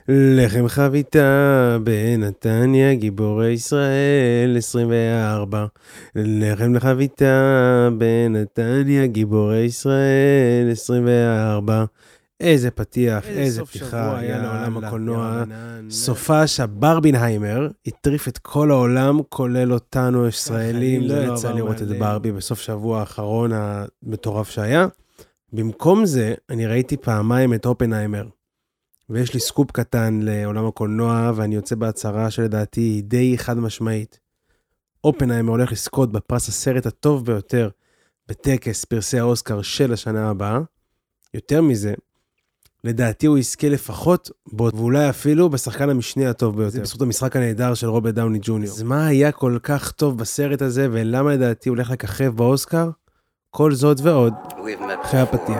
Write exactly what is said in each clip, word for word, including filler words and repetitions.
לחם חביתה בנתניה, גיבורי ישראל עשרים וארבע. לחם לחביתה בנתניה, גיבורי ישראל עשרים וארבע. איזה פתיח, איזה פתיחה היה לעולם הקולנוע. סופש הברבינהיימר הטריף את כל העולם, כולל אותנו ישראלים. לא יצא לראות את ברבי בסוף שבוע האחרון המטורף שהיה. במקום זה, אני ראיתי פעמיים את אופנהיימר. ויש לי סקופ קטן לעולם הקולנוע, ואני יוצא בהצהרה שלדעתי היא די חד משמעית. אופנהיימר הולך לזכות בפרס הסרט הטוב ביותר בטקס פרסי האוסקר של השנה הבאה. יותר מזה, לדעתי הוא יזכה לפחות בו, ואולי אפילו בשחקן המשני הטוב ביותר. זה בזכות המשחק הנהדר של רוברט דאוני ג'וניור. אז מה היה כל כך טוב בסרט הזה, ולמה לדעתי הוא הולך לככב באוסקר? כל זאת ועוד, אחרי הפתיח.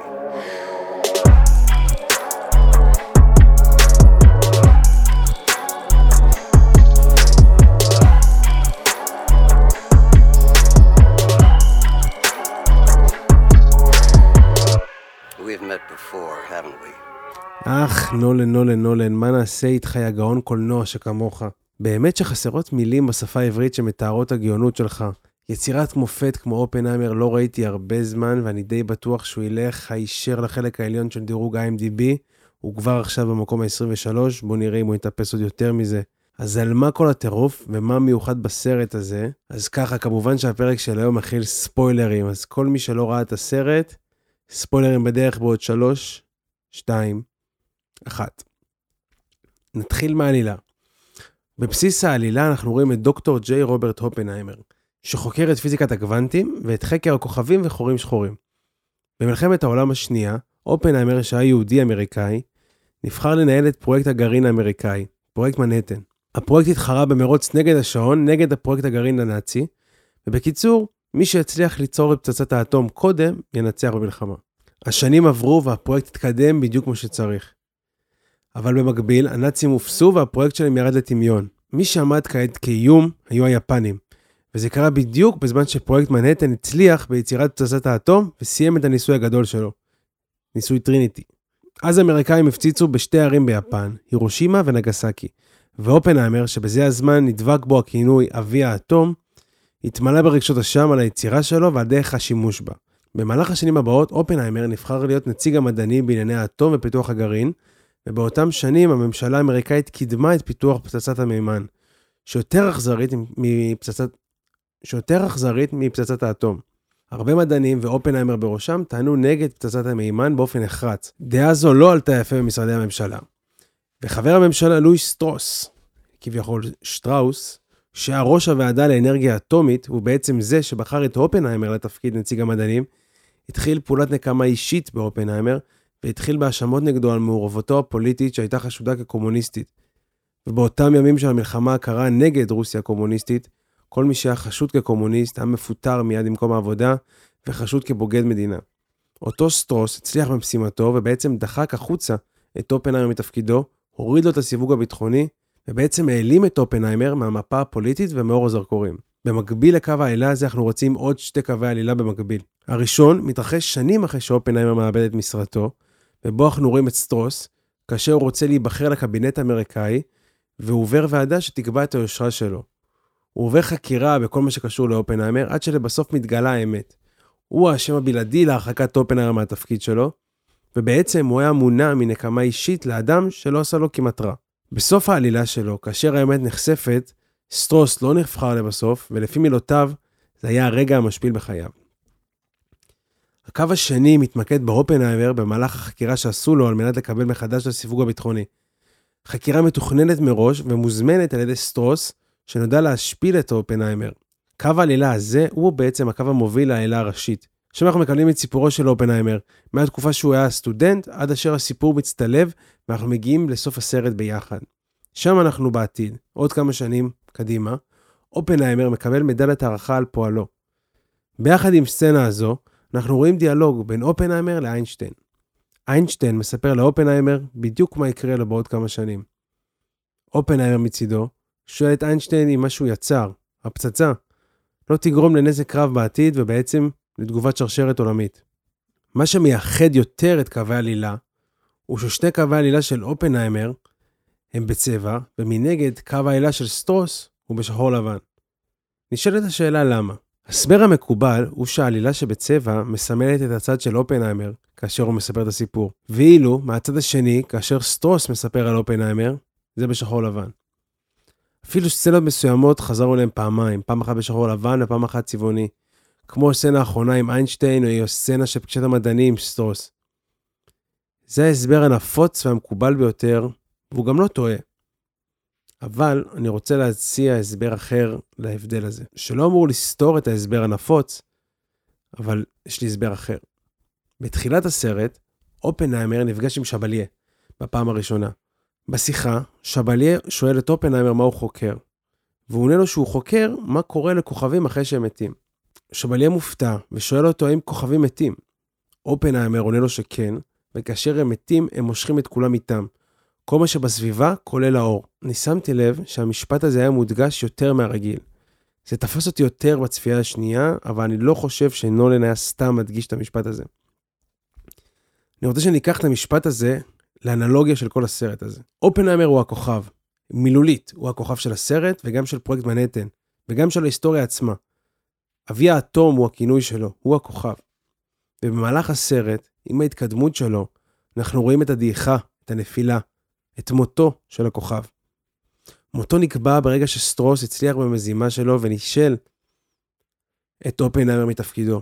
אך, נולן, נולן, נולן, מה נעשה איתך יא גאון קולנוע שכמוך? באמת שחסרות מילים בשפה העברית שמתארות הגאונות שלך. יצירת מופת כמו אופנהיימר לא ראיתי הרבה זמן, ואני די בטוח שהוא ילך הישר לחלק העליון של דירוג איי אם די בי. הוא כבר עכשיו במקום ה-עשרים ושלוש, בוא נראה אם הוא יתאפס עוד יותר מזה. אז על מה כל הטירוף ומה מיוחד בסרט הזה? אז ככה, כמובן שהפרק של היום מכיל ספוילרים, אז כל מי שלא ראה את הסרט, ספוילרים בדרך בעוד שלוש, שתיים, אחת. נתחיל מהעלילה. בבסיס העלילה אנחנו רואים את דוקטור ג'יי רוברט אופנהיימר, שחוקר את פיזיקת הקוונטים ואת חקר הכוכבים וחורים שחורים. במלחמת העולם השנייה, אופנהיימר, שהיה יהודי אמריקאי, נבחר לנהל את פרויקט הגרעין האמריקאי, פרויקט מנהטן. הפרויקט התחרה במרוץ נגד השעון, נגד הפרויקט הגרעין הנאצי, ובקיצור, מי שהצליח ליצור את פצצת האטום קודם, ינצח במלחמה. השנים עברו והפרויקט התקדם בדיוק כמו שצריך. אבל במקביל, הנאצים הופסו והפרויקט שלהם ירד לטמיון. מי שעמד כעת כאיום היו היפנים. וזה קרה בדיוק בזמן שפרויקט מנהטן הצליח ביצירת פצצת האטום וסיים את הניסוי הגדול שלו. ניסוי טריניטי. אז האמריקאים הפציצו בשתי ערים ביפן, הירושימה ונגסקי. ואופנהיימר, שבזה הזמן נדבק בו הכינוי אבי האטום, התמלא ברגשות אשם על היצירה שלו ועל דרך השימוש בה. במהלך השנים הבאות, אופנהיימר נבחר להיות נציג המדעני בענייני האטום ופיתוח הגרעין, ובאותם שנים הממשלה האמריקאית קידמה את פיתוח פצצת המימן, שיותר אכזרית מפצצת, שיותר אכזרית מפצצת האטום. הרבה מדענים ואופנהיימר בראשם טענו נגד פצצת המימן באופן נחרץ. דעה זו לא עלתה יפה במשרדי הממשלה. וחבר הממשלה לואיס סטרוס, כביכול שטראוס, שהיה ראש הוועדה לאנרגיה אטומית, ובעצם זה שבחר את אופנהיימר לתפקיד נציג המדענים, התחיל פעולת נקמה אישית באופנהיימר, והתחיל בהאשמות נגדו על מעורבותו הפוליטית שהייתה חשודה כקומוניסטית. ובאותם ימים של המלחמה הקרה נגד רוסיה הקומוניסטית, כל מי שהיה חשוד כקומוניסט היה מפוטר מיד במקום העבודה, וחשוד כבוגד מדינה. אותו סטרוס הצליח במשימתו, ובעצם דחק החוצה את אופנהיימר מתפקידו, הוריד לו את הסיווג הביטחוני, ובעצם העלים את אופנהיימר מהמפה הפוליטית ומאור הזרקורים. במקביל לקו העלילה הזה אנחנו רוצים עוד שתי קווי עלילה במקביל. הראשון מתרחש שנים אחרי שאופנהיימר מאבד את משרתו, ובו אנחנו רואים את סטרוס, כאשר הוא רוצה להיבחר לקבינט האמריקאי, והוא עובר ועדה שתקבע את היושרה שלו. הוא עובר חקירה בכל מה שקשור לאופנהיימר, עד שלבסוף מתגלה האמת. הוא השם הבלעדי להרחקת אופנהיימר מהתפקיד שלו, ובעצם הוא היה מונע מנקמה אישית לאדם שלא עשה לו כמעט רע. בסוף העלילה שלו, כאשר האמת נחשפת, סטרוס לא נבחר לבסוף, ולפי מילותיו, זה היה הרגע המשפיל בחייו. הקו השני מתמקד באופנהיימר במהלך החקירה שעשו לו על מנת לקבל מחדש את הסיווג הביטחוני. חקירה מתוכננת מראש ומוזמנת על ידי סטרוס, שנודע להשפיל את אופנהיימר. קו העלילה הזה הוא בעצם הקו המוביל לעלילה הראשית. שם אנחנו מקבלים את סיפורו של אופנהיימר, מהתקופה שהוא היה סטודנט, עד אשר הסיפור מצטלב, ואנחנו מגיעים לסוף הסרט ביחד. שם אנחנו בעתיד, עוד כמה שנים קדימה, אופנהיימר מקבל מדליית הערכה על פועלו. ביחד עם סצנה הזו, אנחנו רואים דיאלוג בין אופנהיימר לאיינשטיין. איינשטיין מספר לאופנהיימר בדיוק מה יקרה לו בעוד כמה שנים. אופנהיימר מצידו שואל את איינשטיין אם משהו יצר, הפצצה, לא תגרום לנזק רב בעתיד ובעצם לתגובת שרשרת עולמית. מה שמייחד יותר את קווי העלילה, הוא ששני קווי העלילה של אופנהיימר הם בצבע, ומנגד קו העלילה של סטרוס הוא בשחור לבן. נשאלת השאלה למה. הסבר המקובל הוא שהעלילה שבצבע מסמלת את הצד של אופנהיימר כאשר הוא מספר את הסיפור, ואילו מהצד השני, כאשר סטרוס מספר על אופנהיימר, זה בשחור לבן. אפילו סצנות מסוימות חזרו להם פעמיים, פעם אחת בשחור לבן ופעם אחת צבעוני, כמו הסצנה האחרונה עם איינשטיין או הסצנה של פגישת המדענים עם סטרוס. זה ההסבר הנפוץ והמקובל ביותר, והוא גם לא טועה. אבל אני רוצה להציע הסבר אחר להבדל הזה, שלא אמור לסתור את ההסבר הנפוץ, אבל יש לי הסבר אחר. בתחילת הסרט, אופנהיימר נפגש עם שבליה, בפעם הראשונה. בשיחה, שבליה שואל את אופנהיימר מה הוא חוקר, והוא עונה לו שהוא חוקר מה קורה לכוכבים אחרי שהם מתים. שבליה מופתע ושואל אותו האם כוכבים מתים. אופנהיימר עונה לו שכן, וכאשר הם מתים הם מושכים את כולם איתם. כל מה שבסביבה כולל האור. אני שמתי לב שהמשפט הזה היה מודגש יותר מהרגיל. זה תפס אותי יותר בצפייה השנייה, אבל אני לא חושב שנולן היה סתם מדגיש את המשפט הזה. אני רוצה שניקח את המשפט הזה לאנלוגיה של כל הסרט הזה. אופנהיימר הוא הכוכב. מילולית הוא הכוכב של הסרט וגם של פרויקט מנהטן, וגם של ההיסטוריה עצמה. אבי האטום הוא הכינוי שלו, הוא הכוכב. ובמהלך הסרט, עם ההתקדמות שלו, אנחנו רואים את הדעיכה, את הנפילה, את מותו של הכוכב. מותו נקבע ברגע שסטרוס הצליח במזימה שלו ונישל את אופנהיימר מתפקידו.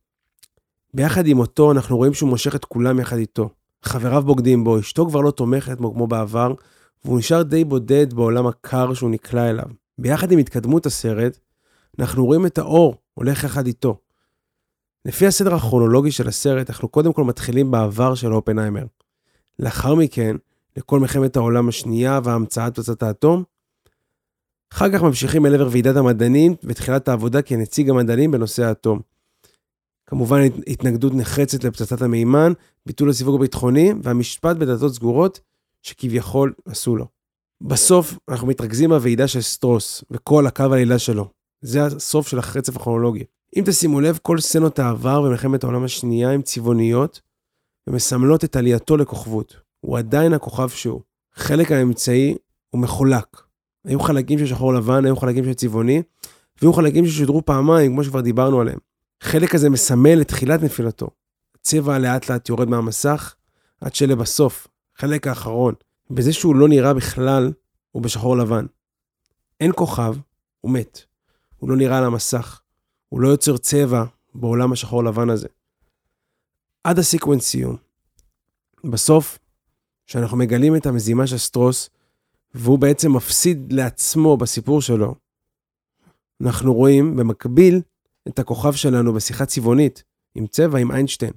ביחד עם מותו אנחנו רואים שהוא מושך את כולם יחד איתו. חבריו בוגדים בו, אשתו כבר לא תומכת בו כמו בעבר, והוא נשאר די בודד בעולם הקר שהוא נקלע אליו. ביחד עם התקדמות הסרט, אנחנו רואים את האור הולך יחד איתו. לפי הסדר הכרונולוגי של הסרט, אנחנו קודם כל מתחילים בעבר של אופנהיימר. לאחר מכן, לכל מלחמת העולם השנייה וההמצאת פצצת האטום, אחר כך ממשיכים אל עבר ועידת המדענים ותחילת העבודה כנציג המדענים בנושא האטום. כמובן התנגדות נחרצת לפצצת המימן, ביטול הסיווג הביטחוני והמשפט בדלתות סגורות שכביכול עשו לו. בסוף אנחנו מתרכזים בוועידה של סטרוס וכל הקו העלילה שלו. זה הסוף של הרצף הכרונולוגי. אם תשימו לב, כל סצנות העבר במלחמת העולם השנייה הם צבעוניות ומסמלות את עלייתו לכוכבות. הוא עדיין הכוכב שהוא. חלק האמצעי הוא מחולק. היו חלקים של שחור לבן, היו חלקים של צבעוני, והיו חלקים ששודרו פעמיים, כמו שכבר דיברנו עליהם. חלק הזה מסמל את תחילת נפילתו. הצבע לאט לאט יורד מהמסך, עד שלבסוף, חלק האחרון, בזה שהוא לא נראה בכלל, הוא בשחור לבן. אין כוכב, הוא מת. הוא לא נראה על המסך. הוא לא יוצר צבע בעולם השחור לבן הזה. עד הסיקוונס סיום. בסוף, שאנחנו מגלים את המזימה של סטרוס, והוא בעצם מפסיד לעצמו בסיפור שלו, אנחנו רואים במקביל את הכוכב שלנו בשיחה צבעונית, עם צבע, עם איינשטיין.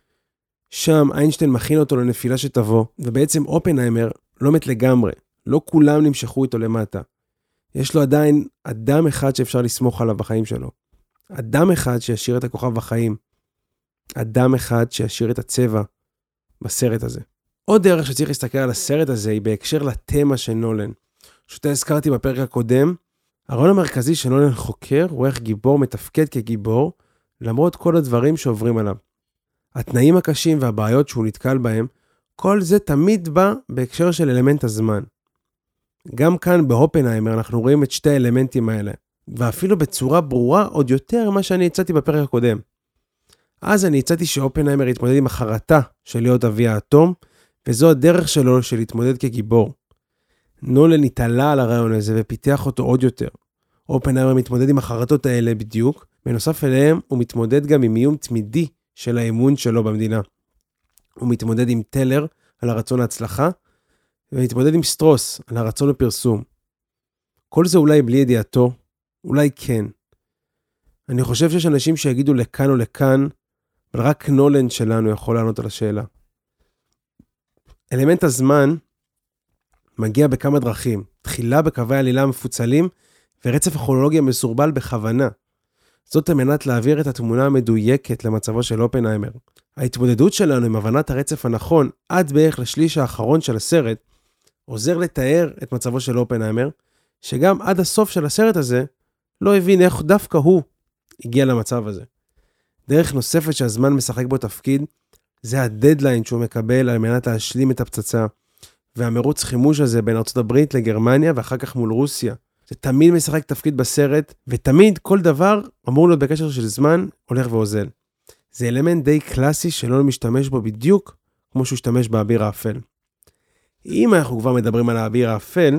שם איינשטיין מכין אותו לנפילה שתבוא, ובעצם אופנהיימר לא מת לגמרי, לא כולם נמשכו איתו למטה. יש לו עדיין אדם אחד שאפשר לסמוך עליו בחיים שלו. אדם אחד שישאיר את הכוכב בחיים. אדם אחד שישאיר את הצבע בסרט הזה. עוד דרך שצריך להסתכל על הסרט הזה היא בהקשר לתמה של נולן. שאותה הזכרתי בפרק הקודם, הרעיון המרכזי של נולן חוקר הוא איך גיבור מתפקד כגיבור, למרות כל הדברים שעוברים עליו. התנאים הקשים והבעיות שהוא נתקל בהם, כל זה תמיד בא בהקשר של אלמנט הזמן. גם כאן באופנהיימר אנחנו רואים את שתי האלמנטים האלה, ואפילו בצורה ברורה עוד יותר מה שאני הצעתי בפרק הקודם. אז אני הצעתי שאופנהיימר יתמודד עם החרטה של להיות אבי האטום, וזו הדרך שלו של להתמודד כגיבור. נולן התעלה על הרעיון הזה ופיתח אותו עוד יותר. אופנהיימר מתמודד עם החרטות האלה בדיוק, בנוסף אליהם הוא מתמודד גם עם איום תמידי של האמון שלו במדינה. הוא מתמודד עם טלר על הרצון להצלחה, ומתמודד עם סטרוס על הרצון לפרסום. כל זה אולי בלי ידיעתו, אולי כן. אני חושב שיש אנשים שיגידו לכאן או לכאן, אבל רק נולן שלנו יכול לענות על השאלה. אלמנט הזמן מגיע בכמה דרכים, תחילה בקווי העלילה המפוצלים, ורצף הכרונולוגיה מסורבל בכוונה. זאת על מנת להעביר את התמונה המדויקת למצבו של אופנהיימר. ההתמודדות שלנו עם הבנת הרצף הנכון, עד בערך לשליש האחרון של הסרט, עוזר לתאר את מצבו של אופנהיימר, שגם עד הסוף של הסרט הזה, לא הבין איך דווקא הוא הגיע למצב הזה. דרך נוספת שהזמן משחק בו תפקיד, זה הדדליין שהוא מקבל על מנת להשלים את הפצצה. והמרוץ חימוש הזה בין ארצות הברית לגרמניה ואחר כך מול רוסיה. זה תמיד משחק תפקיד בסרט, ותמיד כל דבר אמור להיות בקשר של זמן, הולך ועוזל. זה אלמנט די קלאסי שלא משתמש בו בדיוק כמו שהוא השתמש באביר האפל. אם אנחנו כבר מדברים על האביר האפל,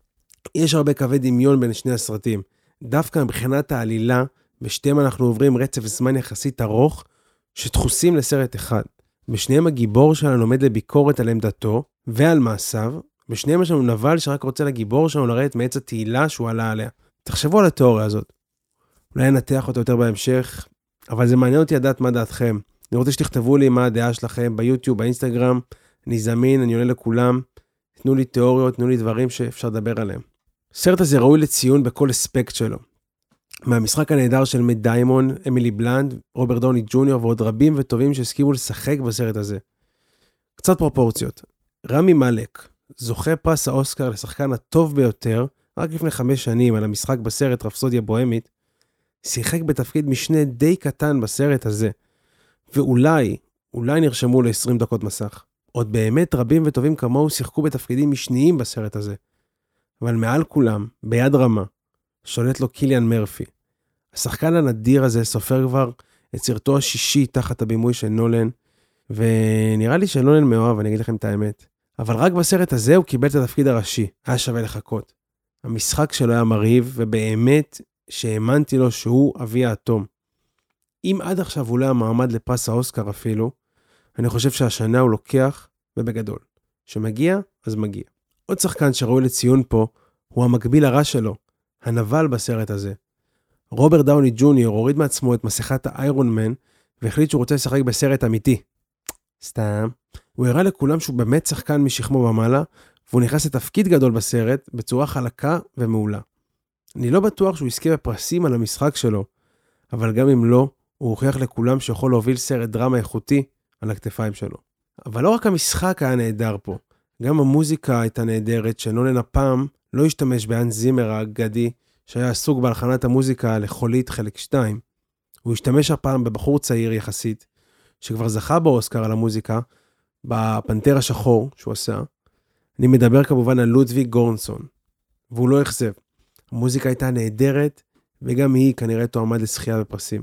יש הרבה קווי דמיון בין שני הסרטים. דווקא מבחינת העלילה, בשתיהם אנחנו עוברים רצף זמן יחסית ארוך, שדחוסים לסרט אחד. בשניהם הגיבור שלנו עומד לביקורת על עמדתו ועל מעשיו, בשניהם יש לנו נבל שרק רוצה לגיבור שלנו לרדת מעץ התהילה שהוא עלה עליה. תחשבו על התיאוריה הזאת. אולי נתח אותה יותר בהמשך, אבל זה מעניין אותי לדעת מה דעתכם. אני רוצה שתכתבו לי מה הדעה שלכם ביוטיוב, באינסטגרם, אני זמין, אני עולה לכולם, תנו לי תיאוריות, תנו לי דברים שאפשר לדבר עליהם. הסרט הזה ראוי לציון בכל אספקט שלו. מהמשחק הנהדר של מט דיימון, אמילי בלנד, רוברט דאוני ג'וניור ועוד רבים וטובים שהסכימו לשחק בסרט הזה. קצת פרופורציות. רמי מלק, זוכה פרס האוסקר לשחקן הטוב ביותר, רק לפני חמש שנים על המשחק בסרט רפסודיה בוהמית, שיחק בתפקיד משנה די קטן בסרט הזה, ואולי, אולי נרשמו ל-עשרים דקות מסך. עוד באמת רבים וטובים כמוהו שיחקו בתפקידים משניים בסרט הזה. אבל מעל כולם, ביד רמה, שולט לו קיליאן מרפי. השחקן הנדיר הזה סופר כבר את סרטו השישי תחת הבימוי של נולן, ונראה לי שנולן מאוהב, אני אגיד לכם את האמת. אבל רק בסרט הזה הוא קיבל את התפקיד הראשי, היה שווה לחכות. המשחק שלו היה מרהיב, ובאמת שהאמנתי לו שהוא אבי האטום. אם עד עכשיו הוא לא היה מעמד לפרס האוסקר אפילו, אני חושב שהשנה הוא לוקח ובגדול. שמגיע, אז מגיע. עוד שחקן שראוי לציון פה, הוא המקביל הרע שלו, הנבל בסרט הזה. רוברט דאוני ג'וניור הוריד מעצמו את מסכת האיירון מן, והחליט שהוא רוצה לשחק בסרט אמיתי. סתם. הוא הראה לכולם שהוא באמת שחקן משכמו ומעלה, והוא נכנס לתפקיד גדול בסרט, בצורה חלקה ומעולה. אני לא בטוח שהוא יזכה בפרסים על המשחק שלו, אבל גם אם לא, הוא הוכיח לכולם שיכול להוביל סרט דרמה איכותי על הכתפיים שלו. אבל לא רק המשחק היה נהדר פה, גם המוזיקה הייתה נהדרת, שנולן הפעם לא השתמש באן זימר האגדי, שהיה עסוק בהלחנת המוזיקה לחולית חלק שתיים. הוא השתמש הפעם בבחור צעיר יחסית, שכבר זכה באוסקר על המוזיקה, בפנתר השחור שהוא עשה. אני מדבר כמובן על לודוויג גורנסון, והוא לא אכזב. המוזיקה הייתה נהדרת, וגם היא כנראה תועמד לשחייה בפרסים.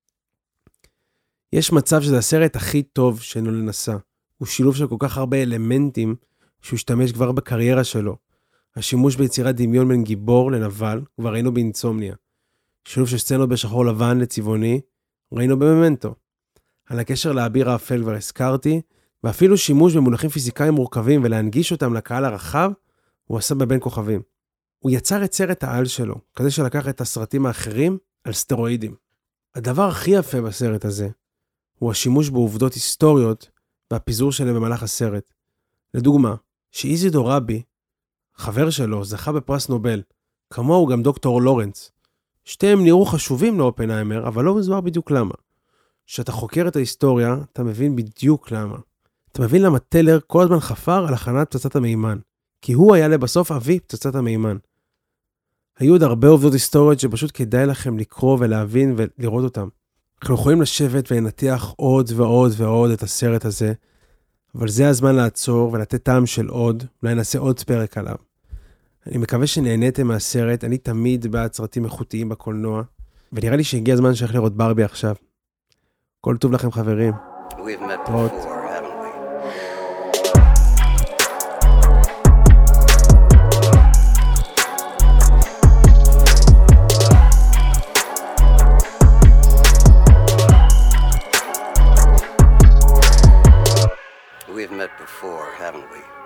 יש מצב שזה הסרט הכי טוב שנולן עשה. הוא שילוב של כל כך הרבה אלמנטים, שהוא השתמש כבר בקריירה שלו. השימוש ביצירת דמיון בין גיבור לנבל, כבר ראינו באינסומניה. שילוב של סצנות בשחור לבן לצבעוני, ראינו בממנטו. על הקשר לאביר האפל כבר הזכרתי, ואפילו שימוש במונחים פיזיקאים מורכבים ולהנגיש אותם לקהל הרחב, הוא עשה בבין כוכבים. הוא יצר את סרט העל שלו, כזה שלקח את הסרטים האחרים על סטרואידים. הדבר הכי יפה בסרט הזה, הוא השימוש בעובדות היסטוריות, והפיזור שלהם במהלך הסרט. לדוגמה, שאיזידור רבי, חבר שלו, זכה בפרס נובל, כמוהו גם דוקטור לורנס. שתיהם נראו חשובים לאופנהיימר, אבל לא מוסבר בדיוק למה. כשאתה חוקר את ההיסטוריה, אתה מבין בדיוק למה. אתה מבין למה טלר כל הזמן חפר על הכנת פצצת המימן, כי הוא היה לבסוף אבי פצצת המימן. היו עוד הרבה עובדות היסטוריות שפשוט כדאי לכם לקרוא ולהבין ולראות אותם. אנחנו יכולים לשבת ולנתח עוד ועוד ועוד את הסרט הזה, אבל זה הזמן לעצור ולתת טעם של עוד, אולי נעשה עוד פרק עליו. אני מקווה שנהניתם מהסרט, אני תמיד בעד סרטים איכותיים בקולנוע, ונראה לי שהגיע הזמן שאנחנו לראות ברבי עכשיו. כל טוב לכם חברים. תראות. We've met before, haven't we?